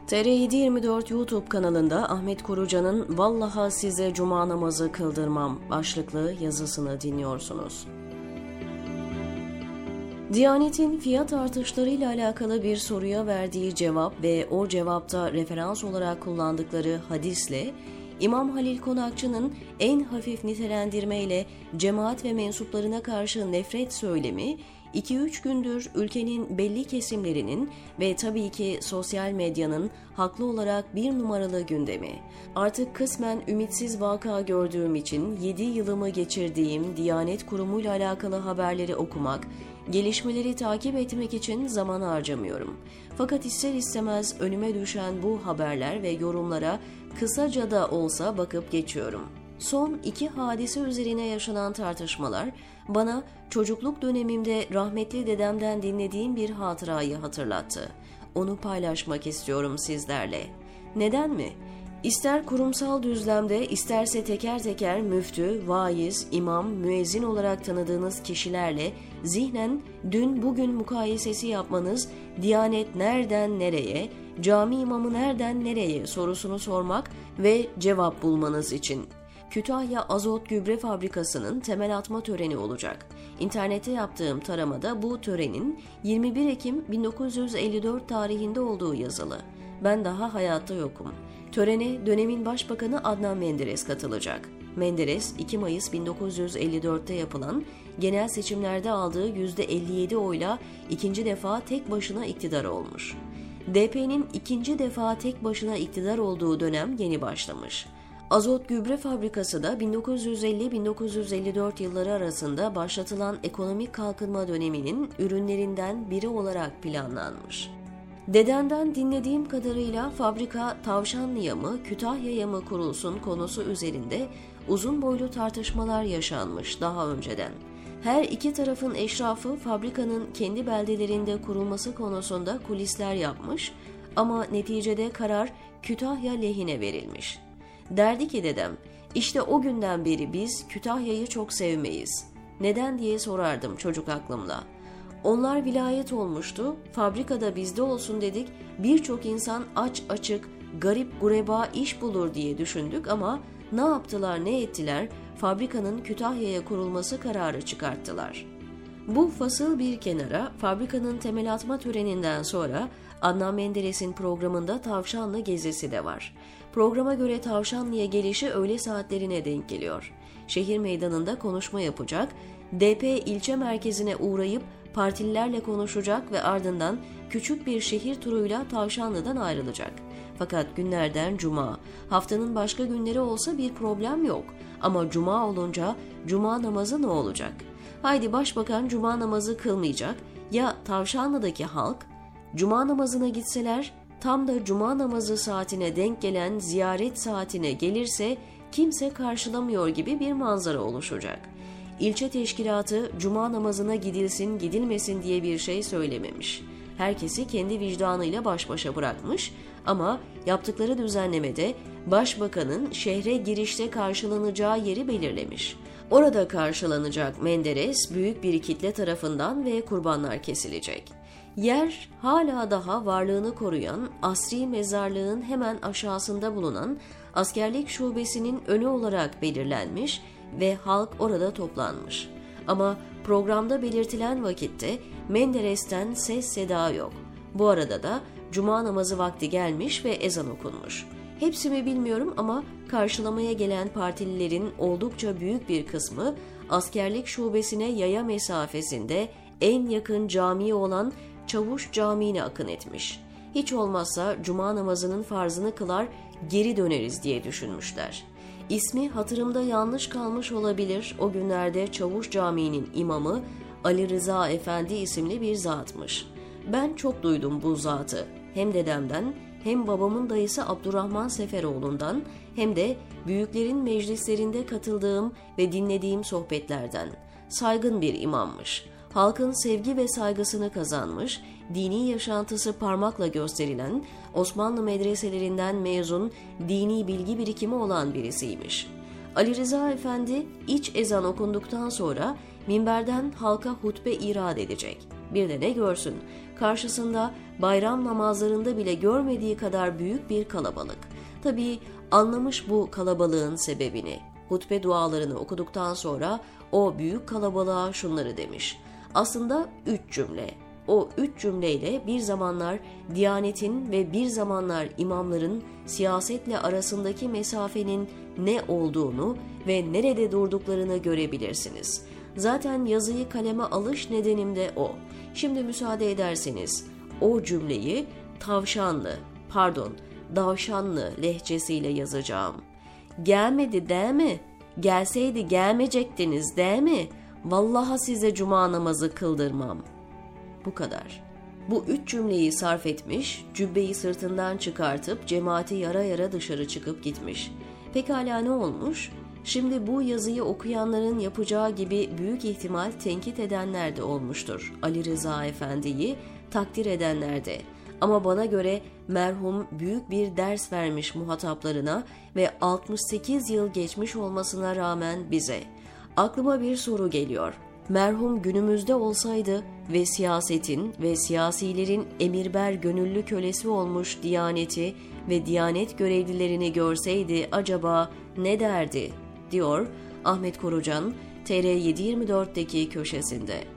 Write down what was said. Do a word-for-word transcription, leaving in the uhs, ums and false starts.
T R yedi yirmi dört YouTube kanalında Ahmet Korucan'ın "Vallaha size cuma namazı kıldırmam" başlıklı yazısını dinliyorsunuz. Diyanet'in fiyat artışlarıyla alakalı bir soruya verdiği cevap ve o cevapta referans olarak kullandıkları hadisle İmam Halil Konakçı'nın en hafif nitelendirmeyle cemaat ve mensuplarına karşı nefret söylemi, iki üç gündür ülkenin belli kesimlerinin ve tabii ki sosyal medyanın haklı olarak bir numaralı gündemi. Artık kısmen ümitsiz vaka gördüğüm için yedi yılımı geçirdiğim Diyanet Kurumu'yla alakalı haberleri okumak, gelişmeleri takip etmek için zaman harcamıyorum. Fakat ister istemez önüme düşen bu haberler ve yorumlara kısaca da olsa bakıp geçiyorum. Son iki hadise üzerine yaşanan tartışmalar bana çocukluk dönemimde rahmetli dedemden dinlediğim bir hatırayı hatırlattı. Onu paylaşmak istiyorum sizlerle. Neden mi? İster kurumsal düzlemde, isterse teker teker müftü, vaiz, imam, müezzin olarak tanıdığınız kişilerle zihnen dün bugün mukayesesi yapmanız, Diyanet nereden nereye, cami imamı nereden nereye sorusunu sormak ve cevap bulmanız için. Kütahya Azot Gübre Fabrikası'nın temel atma töreni olacak. İnternette yaptığım taramada bu törenin yirmi bir Ekim bin dokuz yüz elli dört tarihinde olduğu yazılı. Ben daha hayatta yokum. Törene dönemin Başbakanı Adnan Menderes katılacak. Menderes, iki Mayıs bin dokuz yüz elli dörtte yapılan genel seçimlerde aldığı yüzde elli yedi oyla ikinci defa tek başına iktidar olmuş. D P'nin ikinci defa tek başına iktidar olduğu dönem yeni başlamış. Azot Gübre Fabrikası da bin dokuz yüz elli - bin dokuz yüz elli dört yılları arasında başlatılan ekonomik kalkınma döneminin ürünlerinden biri olarak planlanmış. Dedemden dinlediğim kadarıyla fabrika Tavşanlı'ya mı, Kütahya'ya mı kurulsun konusu üzerinde uzun boylu tartışmalar yaşanmış daha önceden. Her iki tarafın eşrafı fabrikanın kendi beldelerinde kurulması konusunda kulisler yapmış ama neticede karar Kütahya lehine verilmiş. Derdi ki dedem, işte o günden beri biz Kütahya'yı çok sevmeyiz. Neden diye sorardım çocuk aklımla. Onlar vilayet olmuştu, fabrikada bizde olsun dedik, birçok insan aç açık, garip gureba iş bulur diye düşündük ama ne yaptılar ne ettiler, fabrikanın Kütahya'ya kurulması kararı çıkarttılar. Bu fasıl bir kenara, fabrikanın temel atma töreninden sonra Adnan Menderes'in programında Tavşanlı gezisi de var. Programa göre Tavşanlı'ya gelişi öğle saatlerine denk geliyor. Şehir meydanında konuşma yapacak, D P ilçe merkezine uğrayıp partililerle konuşacak ve ardından küçük bir şehir turuyla Tavşanlı'dan ayrılacak. Fakat günlerden cuma, haftanın başka günleri olsa bir problem yok. Ama cuma olunca cuma namazı ne olacak? Haydi başbakan cuma namazı kılmayacak, ya Tavşanlı'daki halk? Cuma namazına gitseler, tam da cuma namazı saatine denk gelen ziyaret saatine gelirse kimse karşılamıyor gibi bir manzara oluşacak. İlçe teşkilatı cuma namazına gidilsin gidilmesin diye bir şey söylememiş. Herkesi kendi vicdanıyla baş başa bırakmış ama yaptıkları düzenlemede başbakanın şehre girişte karşılanacağı yeri belirlemiş. Orada karşılanacak Menderes büyük bir kitle tarafından ve kurbanlar kesilecek. Yer hala daha varlığını koruyan asri mezarlığın hemen aşağısında bulunan askerlik şubesinin önü olarak belirlenmiş ve halk orada toplanmış. Ama programda belirtilen vakitte Menderes'ten ses seda yok. Bu arada da cuma namazı vakti gelmiş ve ezan okunmuş. Hepsi mi bilmiyorum ama karşılamaya gelen partililerin oldukça büyük bir kısmı askerlik şubesine yaya mesafesinde en yakın cami olan Çavuş Camii'ne akın etmiş. Hiç olmazsa cuma namazının farzını kılar geri döneriz diye düşünmüşler. İsmi hatırımda yanlış kalmış olabilir, o günlerde Çavuş Camii'nin imamı Ali Rıza Efendi isimli bir zatmış. Ben çok duydum bu zatı, hem dedemden hem babamın dayısı Abdurrahman Seferoğlu'ndan hem de büyüklerin meclislerinde katıldığım ve dinlediğim sohbetlerden. Saygın bir imammış. Halkın sevgi ve saygısını kazanmış, dini yaşantısı parmakla gösterilen, Osmanlı medreselerinden mezun, dini bilgi birikimi olan birisiymiş. Ali Rıza Efendi iç ezan okunduktan sonra minberden halka hutbe irad edecek. Bir de ne görsün, karşısında bayram namazlarında bile görmediği kadar büyük bir kalabalık. Tabii anlamış bu kalabalığın sebebini. Hutbe dualarını okuduktan sonra o büyük kalabalığa şunları demiş. Aslında üç cümle. O üç cümleyle bir zamanlar Diyanet'in ve bir zamanlar imamların siyasetle arasındaki mesafenin ne olduğunu ve nerede durduklarını görebilirsiniz. Zaten yazıyı kaleme alış nedenim de o. Şimdi müsaade ederseniz o cümleyi tavşanlı, pardon, davşanlı lehçesiyle yazacağım. Gelmedi değil mi? Gelseydi gelmeyecektiniz değil mi? Vallahi size cuma namazı kıldırmam. Bu kadar. Bu üç cümleyi sarf etmiş, cübbeyi sırtından çıkartıp cemaati yara yara dışarı çıkıp gitmiş. Pekala ne olmuş? Şimdi bu yazıyı okuyanların yapacağı gibi büyük ihtimal tenkit edenler de olmuştur. Ali Rıza Efendi'yi takdir edenler de. Ama bana göre merhum büyük bir ders vermiş muhataplarına ve altmış sekiz yıl geçmiş olmasına rağmen bize. Aklıma bir soru geliyor. Merhum günümüzde olsaydı ve siyasetin ve siyasilerin emirber gönüllü kölesi olmuş Diyaneti ve Diyanet görevlilerini görseydi acaba ne derdi, diyor Ahmet Korucan T R yedi yirmi dört'teki köşesinde.